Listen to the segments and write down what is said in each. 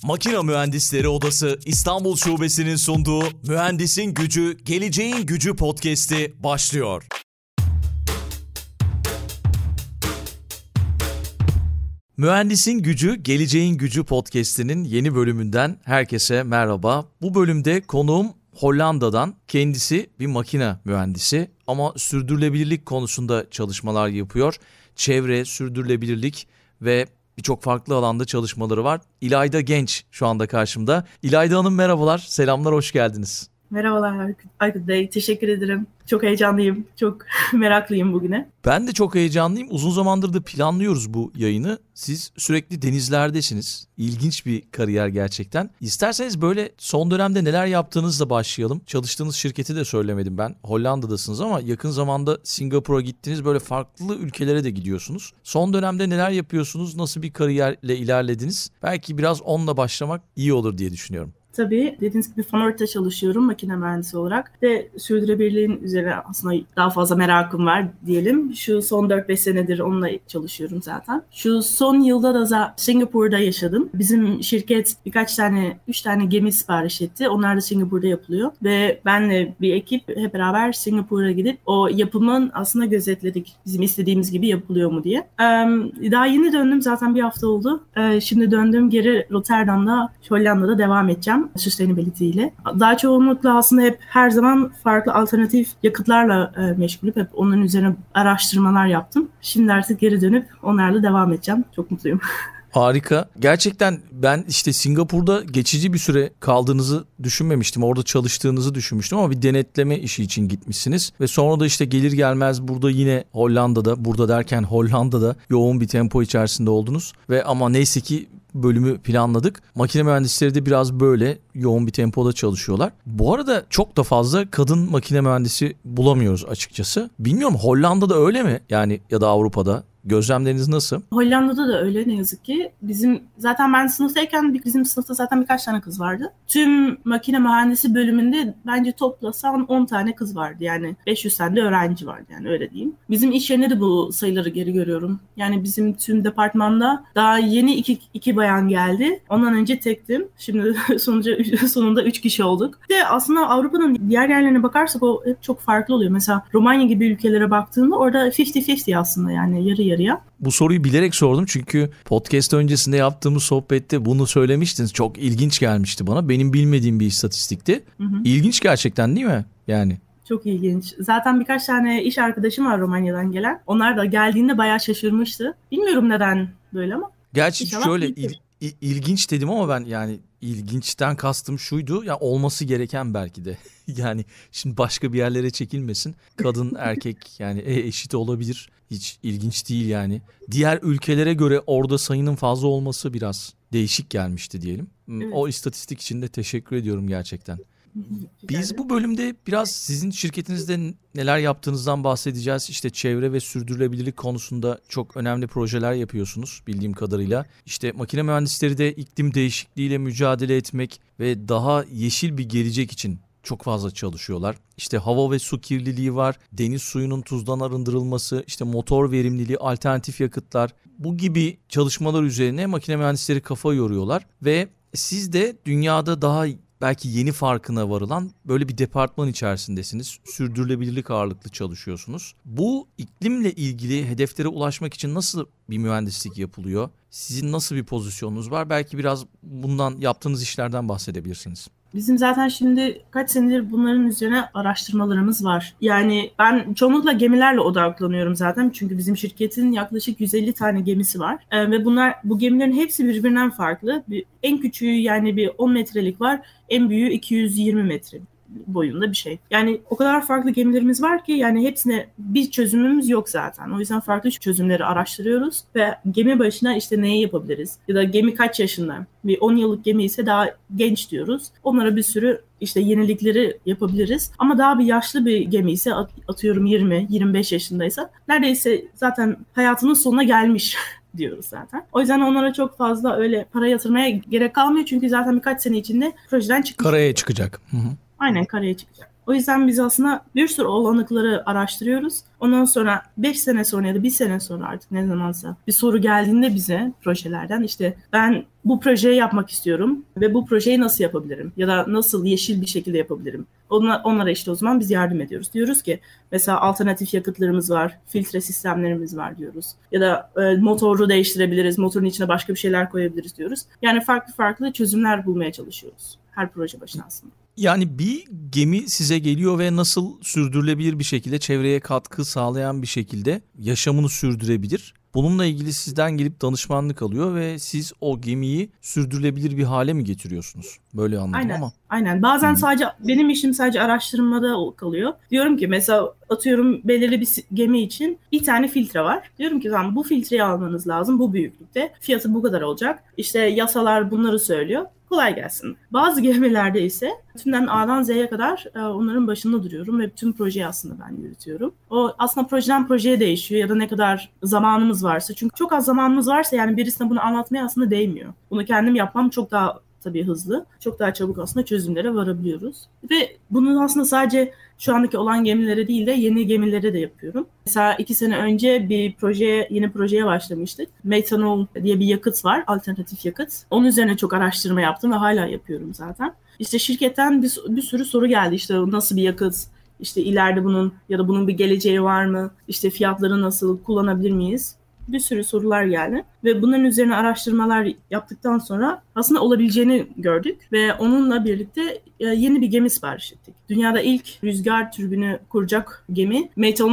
Makine Mühendisleri Odası İstanbul Şubesi'nin sunduğu Mühendisin Gücü, Geleceğin Gücü podcast'i başlıyor. Mühendisin Gücü, Geleceğin Gücü podcast'inin yeni bölümünden herkese merhaba. Bu bölümde konuğum Hollanda'dan, kendisi bir makine mühendisi ama sürdürülebilirlik konusunda çalışmalar yapıyor. Çevre, sürdürülebilirlik ve birçok farklı alanda çalışmaları var. İlayda Genç şu anda karşımda. İlayda Hanım merhabalar, selamlar, hoş geldiniz. Merhabalar Aykut Bey, teşekkür ederim. Çok heyecanlıyım, çok meraklıyım bugüne. Ben de çok heyecanlıyım. Uzun zamandır da planlıyoruz bu yayını. Siz sürekli denizlerdesiniz. İlginç bir kariyer gerçekten. İsterseniz böyle son dönemde neler yaptığınızla başlayalım. Çalıştığınız şirketi de söylemedim ben. Hollanda'dasınız ama yakın zamanda Singapur'a gittiniz. Böyle farklı ülkelere de gidiyorsunuz. Son dönemde neler yapıyorsunuz? Nasıl bir kariyerle ilerlediniz? Belki biraz onunla başlamak iyi olur diye düşünüyorum. Tabii dediğiniz gibi Fanort'ta çalışıyorum makine mühendisi olarak ve sürdürülebilirliğin üzerine aslında daha fazla merakım var diyelim. Şu son 4-5 senedir onunla çalışıyorum zaten. Şu son yılda da Singapur'da yaşadım. Bizim şirket 3 tane gemi sipariş etti. Onlar da Singapur'da yapılıyor ve benle bir ekip hep beraber Singapur'a gidip o yapımın aslında gözetledik. Bizim istediğimiz gibi yapılıyor mu diye. Daha yeni döndüm, zaten bir hafta oldu. Şimdi döndüm geri Rotterdam'da, Hollanda'da devam edeceğim. Sustainability ile. Daha çoğunlukla aslında hep her zaman farklı alternatif yakıtlarla meşgulüp hep onların üzerine araştırmalar yaptım. Şimdi artık geri dönüp onlarla devam edeceğim. Çok mutluyum. Harika. Gerçekten ben işte Singapur'da geçici bir süre kaldığınızı düşünmemiştim. Orada çalıştığınızı düşünmüştüm ama bir denetleme işi için gitmişsiniz. Ve sonra da işte gelir gelmez burada yine burada derken Hollanda'da yoğun bir tempo içerisinde oldunuz. Ve ama neyse ki bölümü planladık. Makine mühendisleri de biraz böyle yoğun bir tempoda çalışıyorlar. Bu arada çok da fazla kadın makine mühendisi bulamıyoruz açıkçası. Bilmiyorum, Hollanda'da öyle mi? Yani ya da Avrupa'da. Gözlemleriniz nasıl? Hollanda'da da öyle ne yazık ki. Ben sınıftayken bizim sınıfta zaten birkaç tane kız vardı. Tüm makine mühendisi bölümünde bence toplasan 10 tane kız vardı. Yani 500 tane de öğrenci vardı, yani öyle diyeyim. Bizim iş yerinde de bu sayıları geri görüyorum. Yani bizim tüm departmanda daha yeni iki bayan geldi. Ondan önce tektim. Şimdi sonunda 3 kişi olduk. De aslında Avrupa'nın diğer yerlerine bakarsak o hep çok farklı oluyor. Mesela Romanya gibi ülkelere baktığında orada 50-50 aslında, yani yarı yarıya. Bu soruyu bilerek sordum çünkü podcast öncesinde yaptığımız sohbette bunu söylemiştiniz. Çok ilginç gelmişti bana. Benim bilmediğim bir istatistikti. İlginç gerçekten, değil mi? Yani. Çok ilginç. Zaten birkaç tane iş arkadaşım var Romanya'dan gelen. Onlar da geldiğinde bayağı şaşırmıştı. Bilmiyorum neden böyle ama. Gerçi şöyle ilginç dedim ama ben yani ilginçten kastım şuydu. Ya olması gereken belki de. Yani şimdi başka bir yerlere çekilmesin. Kadın erkek yani eşit olabilir. Hiç ilginç değil yani. Diğer ülkelere göre orada sayının fazla olması biraz değişik gelmişti diyelim. Evet. O istatistik için de teşekkür ediyorum gerçekten. Biz bu bölümde biraz sizin şirketinizde neler yaptığınızdan bahsedeceğiz. İşte çevre ve sürdürülebilirlik konusunda çok önemli projeler yapıyorsunuz bildiğim kadarıyla. İşte makine mühendisleri de iklim değişikliğiyle mücadele etmek ve daha yeşil bir gelecek için çok fazla çalışıyorlar. İşte hava ve su kirliliği var, deniz suyunun tuzdan arındırılması, işte motor verimliliği, alternatif yakıtlar. Bu gibi çalışmalar üzerine makine mühendisleri kafa yoruyorlar ve siz de dünyada daha belki yeni farkına varılan böyle bir departman içerisindesiniz. Sürdürülebilirlik ağırlıklı çalışıyorsunuz. Bu iklimle ilgili hedeflere ulaşmak için nasıl bir mühendislik yapılıyor? Sizin nasıl bir pozisyonunuz var? Belki biraz bundan, yaptığınız işlerden bahsedebilirsiniz. Bizim zaten şimdi kaç senedir bunların üzerine araştırmalarımız var. Yani ben çoğunlukla gemilerle odaklanıyorum zaten. Çünkü bizim şirketin yaklaşık 150 tane gemisi var. Ve bu gemilerin hepsi birbirinden farklı. En küçüğü yani bir 10 metrelik var. En büyüğü 220 metre boyunda bir şey. Yani o kadar farklı gemilerimiz var ki yani hepsine bir çözümümüz yok zaten. O yüzden farklı çözümleri araştırıyoruz ve gemi başına işte neyi yapabiliriz? Ya da gemi kaç yaşında? Bir 10 yıllık gemi ise daha genç diyoruz. Onlara bir sürü işte yenilikleri yapabiliriz. Ama daha bir yaşlı bir gemi ise atıyorum 20-25 yaşındaysa neredeyse zaten hayatının sonuna gelmiş diyoruz zaten. O yüzden onlara çok fazla öyle para yatırmaya gerek kalmıyor. Çünkü zaten birkaç sene içinde projeden çıkmış. Karaya çıkacak. Aynen, karaya çıkacak. O yüzden biz aslında bir sürü olanakları araştırıyoruz. Ondan sonra 5 sene sonra ya da 1 sene sonra artık ne zamansa bir soru geldiğinde bize projelerden işte ben bu projeyi yapmak istiyorum ve bu projeyi nasıl yapabilirim? Ya da nasıl yeşil bir şekilde yapabilirim? Onlara işte o zaman biz yardım ediyoruz. Diyoruz ki mesela alternatif yakıtlarımız var, filtre sistemlerimiz var diyoruz. Ya da motoru değiştirebiliriz, motorun içine başka bir şeyler koyabiliriz diyoruz. Yani farklı farklı çözümler bulmaya çalışıyoruz her proje başına aslında. Yani bir gemi size geliyor ve nasıl sürdürülebilir bir şekilde çevreye katkı sağlayan bir şekilde yaşamını sürdürebilir. Bununla ilgili sizden gelip danışmanlık alıyor ve siz o gemiyi sürdürülebilir bir hale mi getiriyorsunuz? Böyle anladım Aynen, ama. aynen. Bazen sadece benim işim sadece araştırmada kalıyor. Diyorum ki mesela atıyorum belirli bir gemi için bir tane filtre var. Diyorum ki tamam bu filtreyi almanız lazım bu büyüklükte. Fiyatı bu kadar olacak. İşte yasalar bunları söylüyor. Kolay gelsin. Bazı gemilerde ise tümden A'dan Z'ye kadar onların başında duruyorum ve bütün projeyi aslında ben yürütüyorum. O aslında projeden projeye değişiyor ya da ne kadar zamanımız varsa. Çünkü çok az zamanımız varsa yani birisine bunu anlatmaya aslında değmiyor. Bunu kendim yapmam çok daha tabii hızlı. Çok daha çabuk aslında çözümlere varabiliyoruz. Ve bunu aslında sadece şu andaki olan gemilere değil de yeni gemilere de yapıyorum. Mesela 2 sene önce yeni projeye başlamıştık. Metanol diye bir yakıt var, alternatif yakıt. Onun üzerine çok araştırma yaptım ve hala yapıyorum zaten. İşte şirketten bir sürü soru geldi. İşte nasıl bir yakıt, işte ileride bunun bir geleceği var mı? İşte fiyatları nasıl, kullanabilir miyiz? Bir sürü sorular geldi ve bunların üzerine araştırmalar yaptıktan sonra aslında olabileceğini gördük ve onunla birlikte yeni bir gemi sipariş ettik. Dünyada ilk rüzgar türbünü kuracak gemi,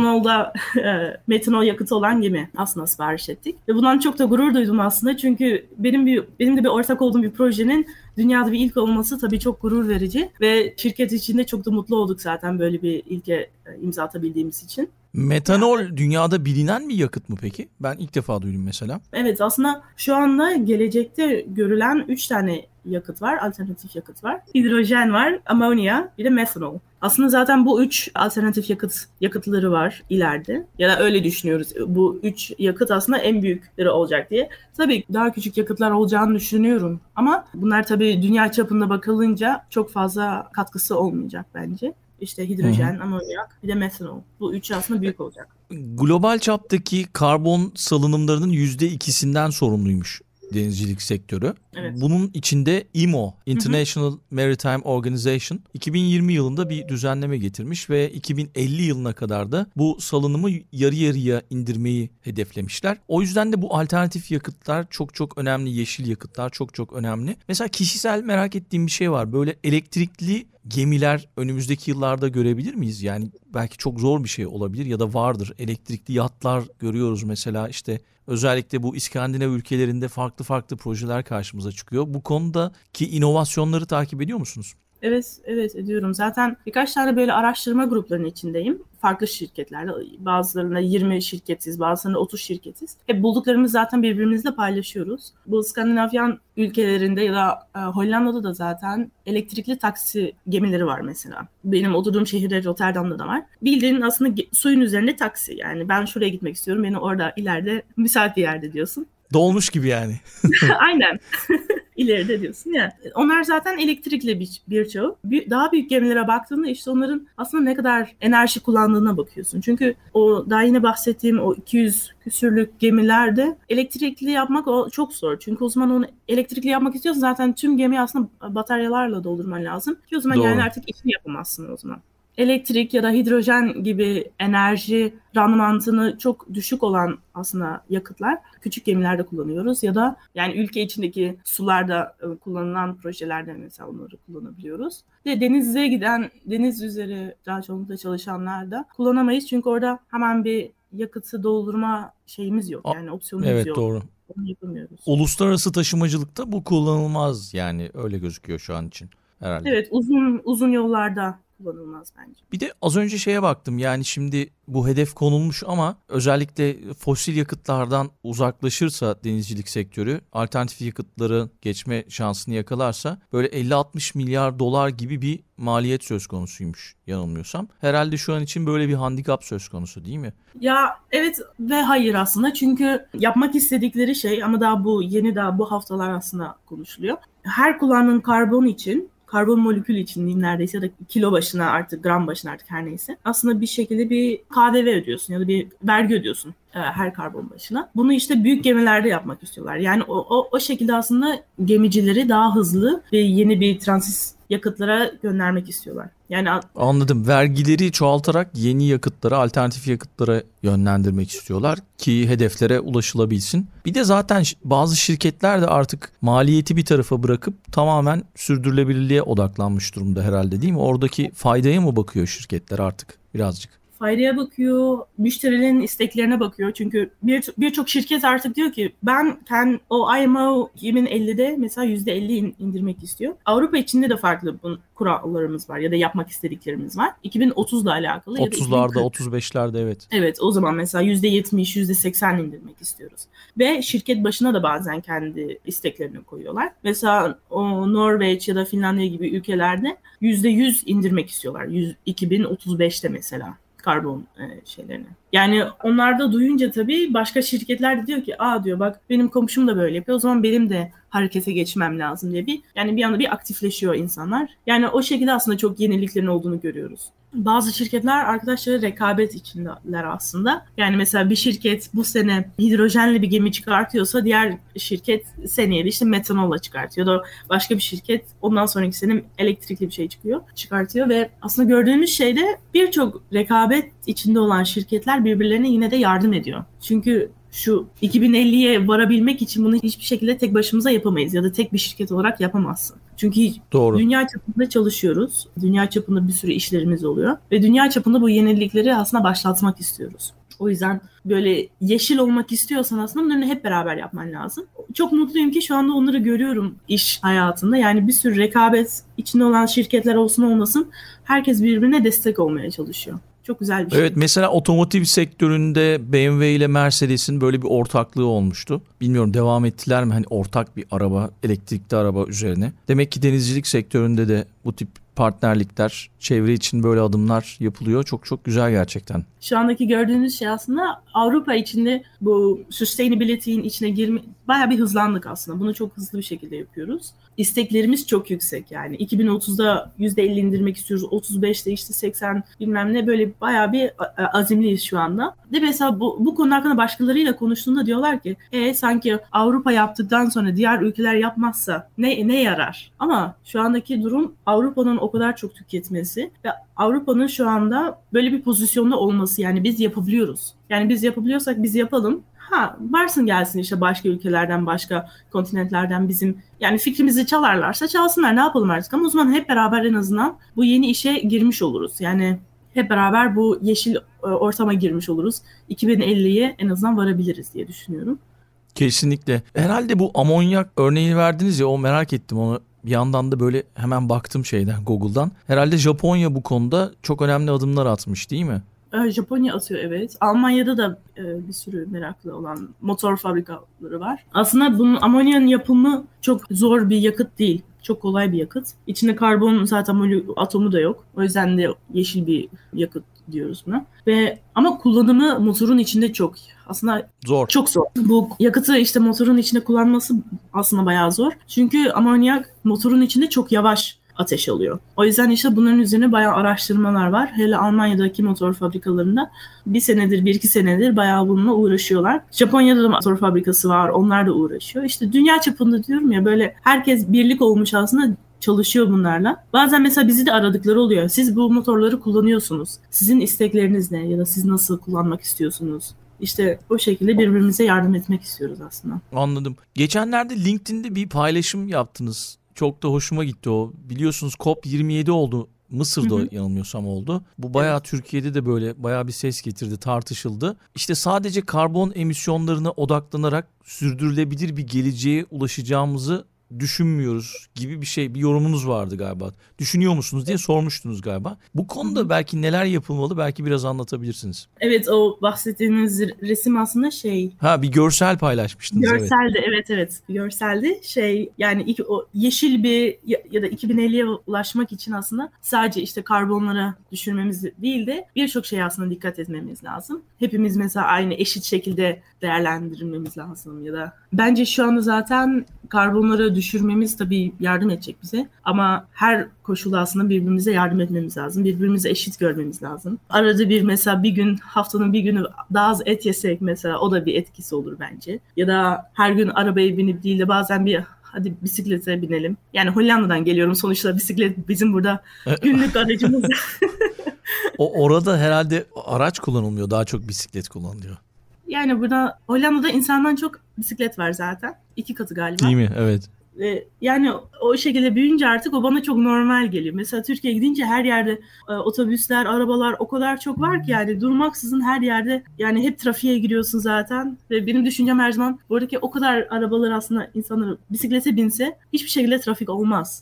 metanol yakıtı olan gemi aslında sipariş ettik. Ve bundan çok da gurur duydum aslında çünkü benim de bir ortak olduğum bir projenin dünyada bir ilk olması tabii çok gurur verici ve şirket içinde çok da mutlu olduk zaten böyle bir ilke imza atabildiğimiz için. Metanol dünyada bilinen bir yakıt mı peki? Ben ilk defa duydum mesela. Evet aslında şu anda gelecekte görülen 3 tane yakıt var, alternatif yakıt var. Hidrojen var, amonya, bir de metanol. Aslında zaten bu 3 alternatif yakıtları var ileride. Ya da öyle düşünüyoruz. Bu 3 yakıt aslında en büyükleri olacak diye. Tabii daha küçük yakıtlar olacağını düşünüyorum. Ama bunlar tabii dünya çapında bakılınca çok fazla katkısı olmayacak bence. İşte hidrojen, amonyak, bir de metanol. Bu üçü aslında büyük olacak. Global çaptaki karbon salınımlarının %2'sinden sorumluymuş denizcilik sektörü. Evet. Bunun içinde IMO, International Maritime Organization, 2020 yılında bir düzenleme getirmiş ve 2050 yılına kadar da bu salınımı yarı yarıya indirmeyi hedeflemişler. O yüzden de bu alternatif yakıtlar çok çok önemli, yeşil yakıtlar çok çok önemli. Mesela kişisel merak ettiğim bir şey var. Böyle elektrikli gemiler önümüzdeki yıllarda görebilir miyiz? Yani belki çok zor bir şey olabilir ya da vardır. Elektrikli yatlar görüyoruz mesela işte özellikle bu İskandinav ülkelerinde farklı farklı projeler karşımıza çıkıyor. Bu konudaki inovasyonları takip ediyor musunuz? Evet ediyorum. Zaten birkaç tane böyle araştırma gruplarının içindeyim. Farklı şirketlerle. Bazılarında 20 şirketiz, bazılarında 30 şirketiz. Hep bulduklarımızı zaten birbirimizle paylaşıyoruz. Bu Skandinavyan ülkelerinde ya da Hollanda'da da zaten elektrikli taksi gemileri var mesela. Benim oturduğum şehirde Rotterdam'da da var. Bildiğin aslında suyun üzerinde taksi. Yani ben şuraya gitmek istiyorum. Beni orada ileride müsait bir yerde diyorsun. Dolmuş gibi yani. Aynen. İleride diyorsun ya. Onlar zaten elektrikli birçoğu. Daha büyük gemilere baktığında işte onların aslında ne kadar enerji kullandığına bakıyorsun. Çünkü o daha yine bahsettiğim o 200 küsürlük gemilerde elektrikli yapmak o çok zor. Çünkü o zaman onu elektrikli yapmak istiyorsan zaten tüm gemiyi aslında bataryalarla doldurman lazım. Ki o zaman Doğru. yani artık işini yapamazsın o zaman. Elektrik ya da hidrojen gibi enerji randımanını çok düşük olan aslında yakıtlar küçük gemilerde kullanıyoruz ya da yani ülke içindeki sularda kullanılan projelerde mesela onları kullanabiliyoruz. Ve deniz üzeri daha çoğunlukla çalışanlar da kullanamayız çünkü orada hemen bir yakıtı doldurma şeyimiz yok yani opsiyonumuz evet, yok. Evet doğru. Onu yapamıyoruz. Uluslararası taşımacılıkta bu kullanılmaz yani öyle gözüküyor şu an için herhalde. Evet uzun yollarda kullanılmaz bence. Bir de az önce şeye baktım yani şimdi bu hedef konulmuş ama özellikle fosil yakıtlardan uzaklaşırsa denizcilik sektörü alternatif yakıtları geçme şansını yakalarsa böyle 50-60 milyar dolar gibi bir maliyet söz konusuymuş yanılmıyorsam. Herhalde şu an için böyle bir handikap söz konusu değil mi? Ya evet ve hayır aslında çünkü yapmak istedikleri şey ama daha bu haftalar aslında konuşuluyor. Her kullandığın karbon molekül için diyeyim neredeyse ya da kilo başına artık gram başına artık her neyse. Aslında bir şekilde bir KDV ödüyorsun ya da bir vergi ödüyorsun her karbon başına. Bunu işte büyük gemilerde yapmak istiyorlar. Yani o şekilde aslında gemicileri daha hızlı ve yeni bir transit yakıtlara göndermek istiyorlar. Yani anladım. Vergileri çoğaltarak yeni yakıtlara, alternatif yakıtlara yönlendirmek istiyorlar ki hedeflere ulaşılabilsin. Bir de zaten bazı şirketler de artık maliyeti bir tarafa bırakıp tamamen sürdürülebilirliğe odaklanmış durumda herhalde, değil mi? Oradaki faydaya mı bakıyor şirketler artık birazcık? Faydaya bakıyor, müşterilerin isteklerine bakıyor. Çünkü birçok şirket artık diyor ki ben o IMO 2050'de mesela %50 indirmek istiyor. Avrupa içinde de farklı kurallarımız var ya da yapmak istediklerimiz var. 2030'la alakalı. 30'larda, 35'lerde evet. Evet, o zaman mesela %70, %80 indirmek istiyoruz. Ve şirket başına da bazen kendi isteklerini koyuyorlar. Mesela o Norveç ya da Finlandiya gibi ülkelerde %100 indirmek istiyorlar. 2035'te mesela karbon şeylerini. Yani onlar da duyunca tabii başka şirketler de diyor ki diyor bak benim komşum da böyle yapıyor. O zaman benim de harekete geçmem lazım diye bir anda bir aktifleşiyor insanlar. Yani o şekilde aslında çok yeniliklerin olduğunu görüyoruz. Bazı şirketler arkadaşları rekabet içindeler aslında. Yani mesela bir şirket bu sene hidrojenli bir gemi çıkartıyorsa diğer şirket seneye de işte metanolla çıkartıyor. Ya da başka bir şirket ondan sonraki sene elektrikli bir şey çıkartıyor ve aslında gördüğümüz şey de birçok rekabet içinde olan şirketler birbirlerine yine de yardım ediyor. Çünkü şu 2050'ye varabilmek için bunu hiçbir şekilde tek başımıza yapamayız ya da tek bir şirket olarak yapamazsın. Çünkü doğru. Dünya çapında çalışıyoruz. Dünya çapında bir sürü işlerimiz oluyor. Ve dünya çapında bu yenilikleri aslında başlatmak istiyoruz. O yüzden böyle yeşil olmak istiyorsan aslında bunları hep beraber yapman lazım. Çok mutluyum ki şu anda onları görüyorum iş hayatında. Yani bir sürü rekabet içinde olan şirketler olsun olmasın herkes birbirine destek olmaya çalışıyor. Çok güzel bir şey. Evet, mesela otomotiv sektöründe BMW ile Mercedes'in böyle bir ortaklığı olmuştu. Bilmiyorum devam ettiler mi hani ortak bir araba, elektrikli araba üzerine. Demek ki denizcilik sektöründe de bu tip partnerlikler, çevre için böyle adımlar yapılıyor. Çok çok güzel gerçekten. Şu andaki gördüğünüz şey aslında Avrupa içinde bu sustainability'nin içine girme bayağı bir hızlandık aslında. Bunu çok hızlı bir şekilde yapıyoruz. İsteklerimiz çok yüksek yani. 2030'da %50 indirmek istiyoruz. 35'te işte 80 bilmem ne böyle bayağı bir azimliyiz şu anda. Ve mesela bu konu hakkında başkalarıyla konuştuğunda diyorlar ki sanki Avrupa yaptıktan sonra diğer ülkeler yapmazsa ne yarar? Ama şu andaki durum Avrupa'nın o kadar çok tüketmesi ve Avrupa'nın şu anda böyle bir pozisyonda olması yani biz yapabiliyoruz. Yani biz yapabiliyorsak biz yapalım. Varsın gelsin işte başka ülkelerden, başka kontinentlerden bizim yani fikrimizi çalarlarsa çalsınlar ne yapalım artık ama o zaman hep beraber en azından bu yeni işe girmiş oluruz. Yani hep beraber bu yeşil ortama girmiş oluruz. 2050'ye en azından varabiliriz diye düşünüyorum. Kesinlikle. Herhalde bu amonyak örneğini verdiniz ya o merak ettim onu. Bir yandan da böyle hemen baktım Google'dan. Herhalde Japonya bu konuda çok önemli adımlar atmış değil mi? Japonya atıyor evet. Almanya'da da bir sürü meraklı olan motor fabrikaları var. Aslında bunun amonyanın yapımı çok zor bir yakıt değil. Çok kolay bir yakıt. İçinde karbon zaten atomu da yok. O yüzden de yeşil bir yakıt diyoruz buna. Ama kullanımı motorun içinde çok aslında zor. Çok zor. Bu yakıtı işte motorun içinde kullanması aslında bayağı zor. Çünkü amonyak motorun içinde çok yavaş ateş alıyor. O yüzden işte bunların üzerine bayağı araştırmalar var. Hele Almanya'daki motor fabrikalarında 1-2 senedir bayağı bununla uğraşıyorlar. Japonya'da da motor fabrikası var. Onlar da uğraşıyor. İşte dünya çapında diyorum ya böyle herkes birlik olmuş aslında çalışıyor bunlarla. Bazen mesela bizi de aradıkları oluyor. Siz bu motorları kullanıyorsunuz. Sizin istekleriniz ne? Ya da siz nasıl kullanmak istiyorsunuz? İşte o şekilde birbirimize yardım etmek istiyoruz aslında. Anladım. Geçenlerde LinkedIn'de bir paylaşım yaptınız. Çok da hoşuma gitti o. Biliyorsunuz COP27 oldu. Mısır'da yanılmıyorsam oldu. Bu bayağı Türkiye'de de böyle bayağı bir ses getirdi, tartışıldı. İşte sadece karbon emisyonlarına odaklanarak sürdürülebilir bir geleceğe ulaşacağımızı düşünmüyoruz gibi bir yorumunuz vardı galiba. Düşünüyor musunuz diye sormuştunuz galiba. Bu konuda belki neler yapılmalı belki biraz anlatabilirsiniz. Evet o bahsettiğiniz resim aslında bir görsel paylaşmıştınız. Görseldi evet. Görseldi. Yani o yeşil bir ya da 2050'ye ulaşmak için aslında sadece işte karbonlara düşürmemiz değil de birçok şeye aslında dikkat etmemiz lazım. Hepimiz mesela aynı eşit şekilde değerlendirmemiz lazım ya da bence şu anda zaten karbonlara düşürmemiz tabii yardım edecek bize. Ama her koşulda aslında birbirimize yardım etmemiz lazım. Birbirimize eşit görmemiz lazım. Arada bir mesela bir gün, haftanın bir günü daha az et yesek mesela, o da bir etkisi olur bence. Ya da her gün arabaya binip değil de bazen bir hadi bisiklete binelim. Yani Hollanda'dan geliyorum sonuçta, bisiklet bizim burada günlük aracımız. Orada herhalde araç kullanılmıyor, daha çok bisiklet kullanılıyor. Yani burada Hollanda'da insandan çok bisiklet var zaten. 2 katı galiba. Değil mi? Evet. Yani o şekilde büyüyünce artık o bana çok normal geliyor. Mesela Türkiye'ye gidince her yerde otobüsler, arabalar o kadar çok var ki yani durmaksızın her yerde, yani hep trafiğe giriyorsun zaten. Ve benim düşüncem her zaman buradaki o kadar arabalar aslında insanlar bisiklete binse hiçbir şekilde trafik olmaz.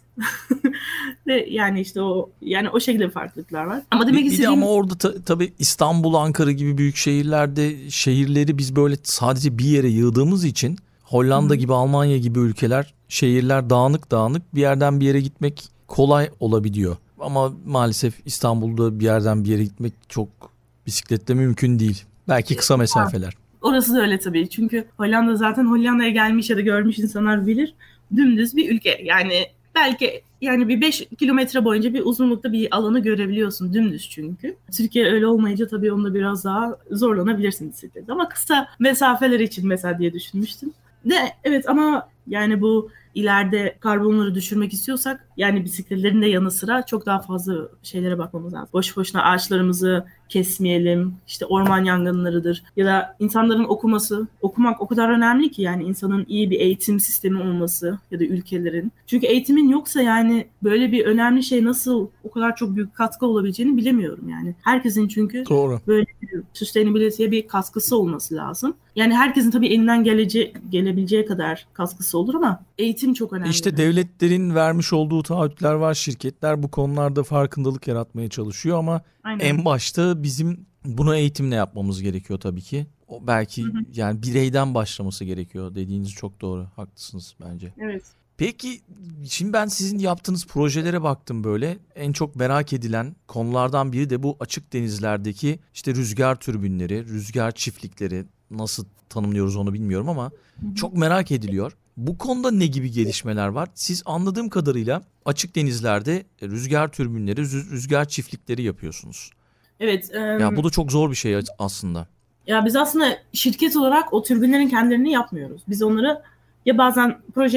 Ve yani işte o şekilde farklılıklar var. Ama demek istediğim... Bir de ama orada tabii İstanbul, Ankara gibi büyük şehirlerde şehirleri biz böyle sadece bir yere yığdığımız için Hollanda gibi, Almanya gibi ülkeler, şehirler dağınık bir yerden bir yere gitmek kolay olabiliyor. Ama maalesef İstanbul'da bir yerden bir yere gitmek çok bisikletle mümkün değil. Belki kısa mesafeler. Orası da öyle tabii. Çünkü Hollanda zaten, Hollanda'ya gelmiş ya da görmüş insanlar bilir. Dümdüz bir ülke. Yani belki yani bir 5 kilometre boyunca bir uzunlukta bir alanı görebiliyorsun. Dümdüz çünkü. Türkiye öyle olmayınca tabii onda biraz daha zorlanabilirsin bisiklet. Ama kısa mesafeler için mesela diye düşünmüştüm. Evet, ama yani bu ileride karbonları düşürmek istiyorsak yani bisikletlerin de yanı sıra çok daha fazla şeylere bakmamız lazım. Boş boşuna ağaçlarımızı kesmeyelim. İşte orman yangınlarıdır. Ya da insanların okumak o kadar önemli ki, yani insanın iyi bir eğitim sistemi olması ya da ülkelerin. Çünkü eğitimin yoksa yani böyle bir önemli şey nasıl o kadar çok büyük katkı olabileceğini bilemiyorum yani. Herkesin çünkü Doğru. Böyle bir sustainability'ye bir katkısı olması lazım. Yani herkesin tabii elinden gelebileceği kadar katkısı olur ama eğitim çok önemli. İşte devletlerin vermiş olduğu taahhütler var. Şirketler bu konularda farkındalık yaratmaya çalışıyor ama en başta bizim bunu eğitimle yapmamız gerekiyor tabii ki. O belki yani bireyden başlaması gerekiyor. Dediğiniz çok doğru. Haklısınız bence. Evet. Peki şimdi ben sizin yaptığınız projelere baktım böyle. En çok merak edilen konulardan biri de bu açık denizlerdeki işte rüzgar türbinleri, rüzgar çiftlikleri, nasıl tanımlıyoruz onu bilmiyorum ama çok merak ediliyor. Bu konuda ne gibi gelişmeler var? Siz anladığım kadarıyla açık denizlerde rüzgar türbinleri, rüzgar çiftlikleri yapıyorsunuz. Evet. Ya bu da çok zor bir şey aslında. Ya biz aslında şirket olarak o türbinlerin kendilerini yapmıyoruz. Biz onları ya bazen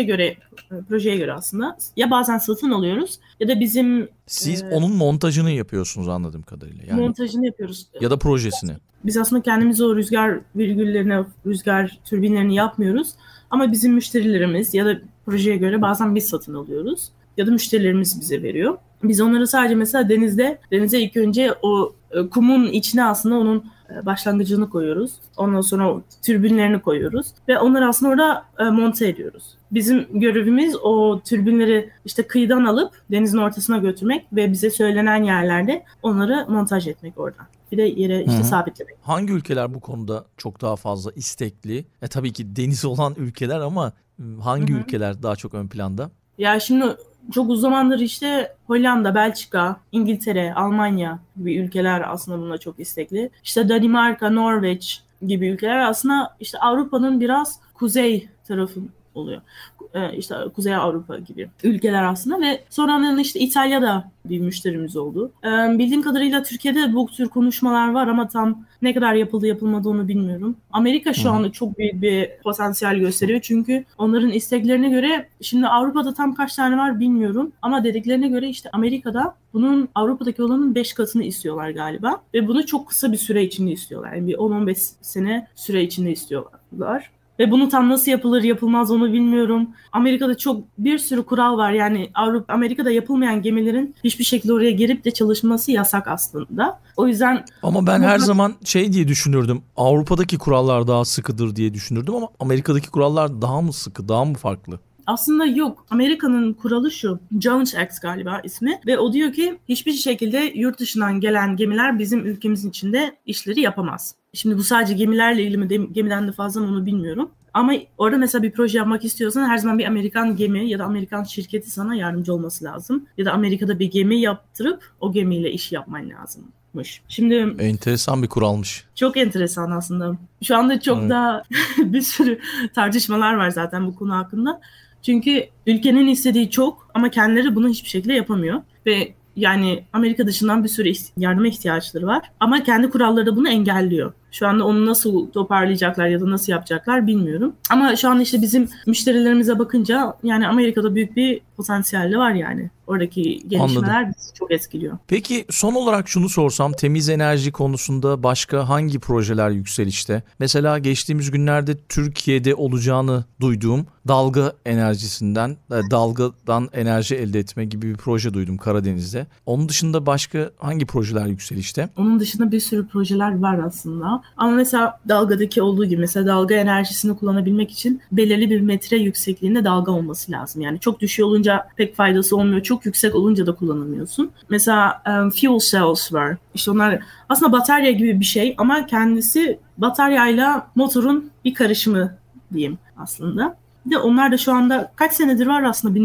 projeye göre aslında ya bazen satın alıyoruz ya da bizim... Siz onun montajını yapıyorsunuz anladığım kadarıyla. Yani, montajını yapıyoruz. Ya da projesini. Biz aslında kendimiz o rüzgar virgüllerini, rüzgar türbinlerini yapmıyoruz. Ama bizim müşterilerimiz ya da projeye göre bazen biz satın alıyoruz. Ya da müşterilerimiz bize veriyor. Biz onları sadece mesela denize ilk önce o kumun içine aslında onun başlangıcını koyuyoruz. Ondan sonra o türbinlerini koyuyoruz. Ve onları aslında orada monte ediyoruz. Bizim görevimiz o türbinleri işte kıyıdan alıp denizin ortasına götürmek ve bize söylenen yerlerde onları montaj etmek orada. Bir de yere işte sabitlemek. Hangi ülkeler bu konuda çok daha fazla istekli? Tabii ki deniz olan ülkeler ama hangi ülkeler daha çok ön planda? Ya şimdi çok uzun zamandır işte Hollanda, Belçika, İngiltere, Almanya gibi ülkeler aslında buna çok istekli. İşte Danimarka, Norveç gibi ülkeler aslında işte Avrupa'nın biraz kuzey tarafı oluyor. İşte Kuzey Avrupa gibi ülkeler aslında ve sonradan işte İtalya'da bir müşterimiz oldu. Bildiğim kadarıyla Türkiye'de bu tür konuşmalar var ama tam ne kadar yapıldı yapılmadı onu bilmiyorum. Amerika şu anda çok büyük bir potansiyel gösteriyor çünkü onların isteklerine göre şimdi Avrupa'da tam kaç tane var bilmiyorum ama dediklerine göre işte Amerika'da bunun Avrupa'daki olanın 5 katını istiyorlar galiba ve bunu çok kısa bir süre içinde istiyorlar. Yani bir 10-15 sene süre içinde istiyorlar. Ve bunu tam nasıl yapılır yapılmaz onu bilmiyorum. Amerika'da çok bir sürü kural var. Yani Amerika'da yapılmayan gemilerin hiçbir şekilde oraya girip de çalışması yasak aslında. O yüzden... Ama ben her zaman diye düşünürdüm. Avrupa'daki kurallar daha sıkıdır diye düşünürdüm ama Amerika'daki kurallar daha mı sıkı, daha mı farklı? Aslında yok. Amerika'nın kuralı şu. Jones Act galiba ismi. Ve o diyor ki hiçbir şekilde yurt dışından gelen gemiler bizim ülkemizin içinde işleri yapamaz. Şimdi bu sadece gemilerle ilgili mi, gemiden de fazla mı onu bilmiyorum. Ama orada mesela bir proje yapmak istiyorsan her zaman bir Amerikan gemi ya da Amerikan şirketi sana yardımcı olması lazım. Ya da Amerika'da bir gemi yaptırıp o gemiyle iş yapman lazımmış. Şimdi enteresan bir kuralmış. Çok enteresan aslında. Şu anda çok daha bir sürü tartışmalar var zaten bu konu hakkında. Çünkü ülkenin istediği çok ama kendileri bunu hiçbir şekilde yapamıyor. Ve yani Amerika dışından bir sürü yardıma ihtiyaçları var. Ama kendi kuralları da bunu engelliyor. Şu anda onu nasıl toparlayacaklar ya da nasıl yapacaklar bilmiyorum. Ama şu anda işte bizim müşterilerimize bakınca yani Amerika'da büyük bir potansiyeli var yani. Oradaki gelişmeler bizi çok etkiliyor. Peki son olarak şunu sorsam, temiz enerji konusunda başka hangi projeler yükselişte? Mesela geçtiğimiz günlerde Türkiye'de olacağını duyduğum dalga enerjisinden, dalgadan enerji elde etme gibi bir proje duydum Karadeniz'de. Onun dışında başka hangi projeler yükselişte? Onun dışında bir sürü projeler var aslında. Ama mesela dalgadaki olduğu gibi mesela dalga enerjisini kullanabilmek için belirli bir metre yüksekliğinde dalga olması lazım. Yani çok düşük olunca pek faydası olmuyor. Çok yüksek olunca da kullanamıyorsun. Mesela fuel cells var. İşte onlar aslında batarya gibi bir şey ama kendisi bataryayla motorun bir karışımı diyeyim aslında. Bir de onlar da şu anda kaç senedir var aslında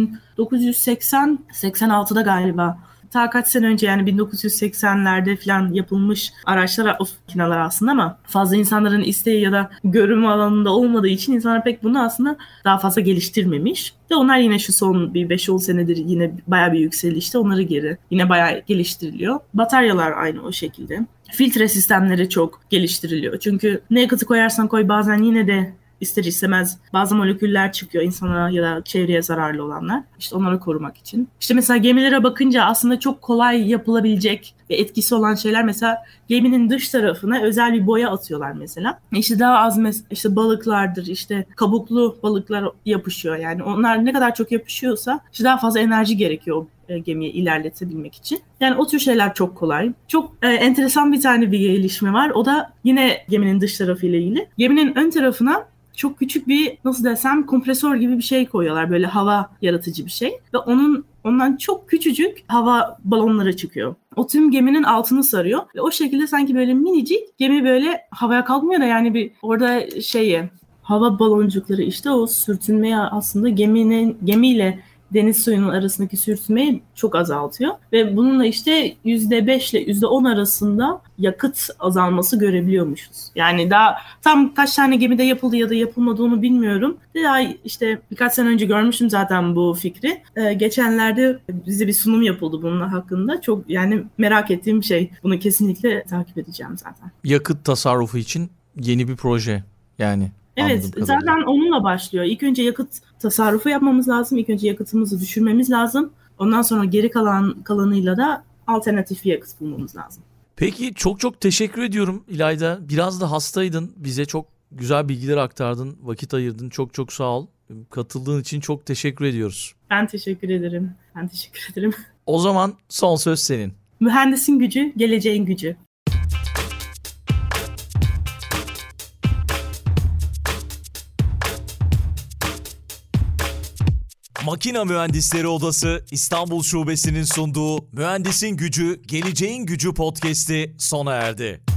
1986'da galiba. Ta kaç sene önce yani 1980'lerde falan yapılmış araçlar, o makineler aslında ama fazla insanların isteği ya da görünme alanında olmadığı için insanlar pek bunu aslında daha fazla geliştirmemiş. Ve onlar yine şu son bir 5-10 senedir yine bayağı bir yükselişte. Onları geri yine bayağı geliştiriliyor. Bataryalar aynı o şekilde. Filtre sistemleri çok geliştiriliyor. Çünkü ne yakıtı koyarsan koy bazen yine de İster istemez bazı moleküller çıkıyor insana ya da çevreye zararlı olanlar. İşte onları korumak için. İşte mesela gemilere bakınca aslında çok kolay yapılabilecek ve etkisi olan şeyler mesela geminin dış tarafına özel bir boya atıyorlar mesela. İşte daha az işte balıklardır, işte kabuklu balıklar yapışıyor. Yani onlar ne kadar çok yapışıyorsa işte daha fazla enerji gerekiyor gemiyi ilerletebilmek için. Yani o tür şeyler çok kolay. Çok enteresan bir tane bir gelişme var. O da yine geminin dış tarafıyla ilgili. Geminin ön tarafına çok küçük bir nasıl desem kompresör gibi bir şey koyuyorlar. Böyle hava yaratıcı bir şey. Ve ondan çok küçücük hava balonları çıkıyor. O tüm geminin altını sarıyor. Ve o şekilde sanki böyle minicik gemi böyle havaya kalkmıyor da yani bir orada hava baloncukları işte o sürtünmeyi aslında gemiyle deniz suyunun arasındaki sürtünmeyi çok azaltıyor. Ve bununla işte %5 ile %10 arasında yakıt azalması görebiliyormuşuz. Yani daha tam kaç tane gemide yapıldı ya da yapılmadığını bilmiyorum. Daha işte birkaç sene önce görmüştüm zaten bu fikri. Geçenlerde bize bir sunum yapıldı bunun hakkında. Çok yani merak ettiğim bir şey. Bunu kesinlikle takip edeceğim zaten. Yakıt tasarrufu için yeni bir proje yani. Evet, zaten onunla başlıyor. İlk önce yakıt tasarrufu yapmamız lazım. İlk önce yakıtımızı düşürmemiz lazım. Ondan sonra geri kalanıyla da alternatif bir yakıt bulmamız lazım. Peki çok teşekkür ediyorum İlayda. Biraz da hastaydın. Bize çok güzel bilgiler aktardın. Vakit ayırdın. Çok sağ ol. Katıldığın için çok teşekkür ediyoruz. Ben teşekkür ederim. O zaman son söz senin. Mühendisin gücü, geleceğin gücü. Makina Mühendisleri Odası İstanbul Şubesi'nin sunduğu Mühendisin Gücü, Geleceğin Gücü podcast'i sona erdi.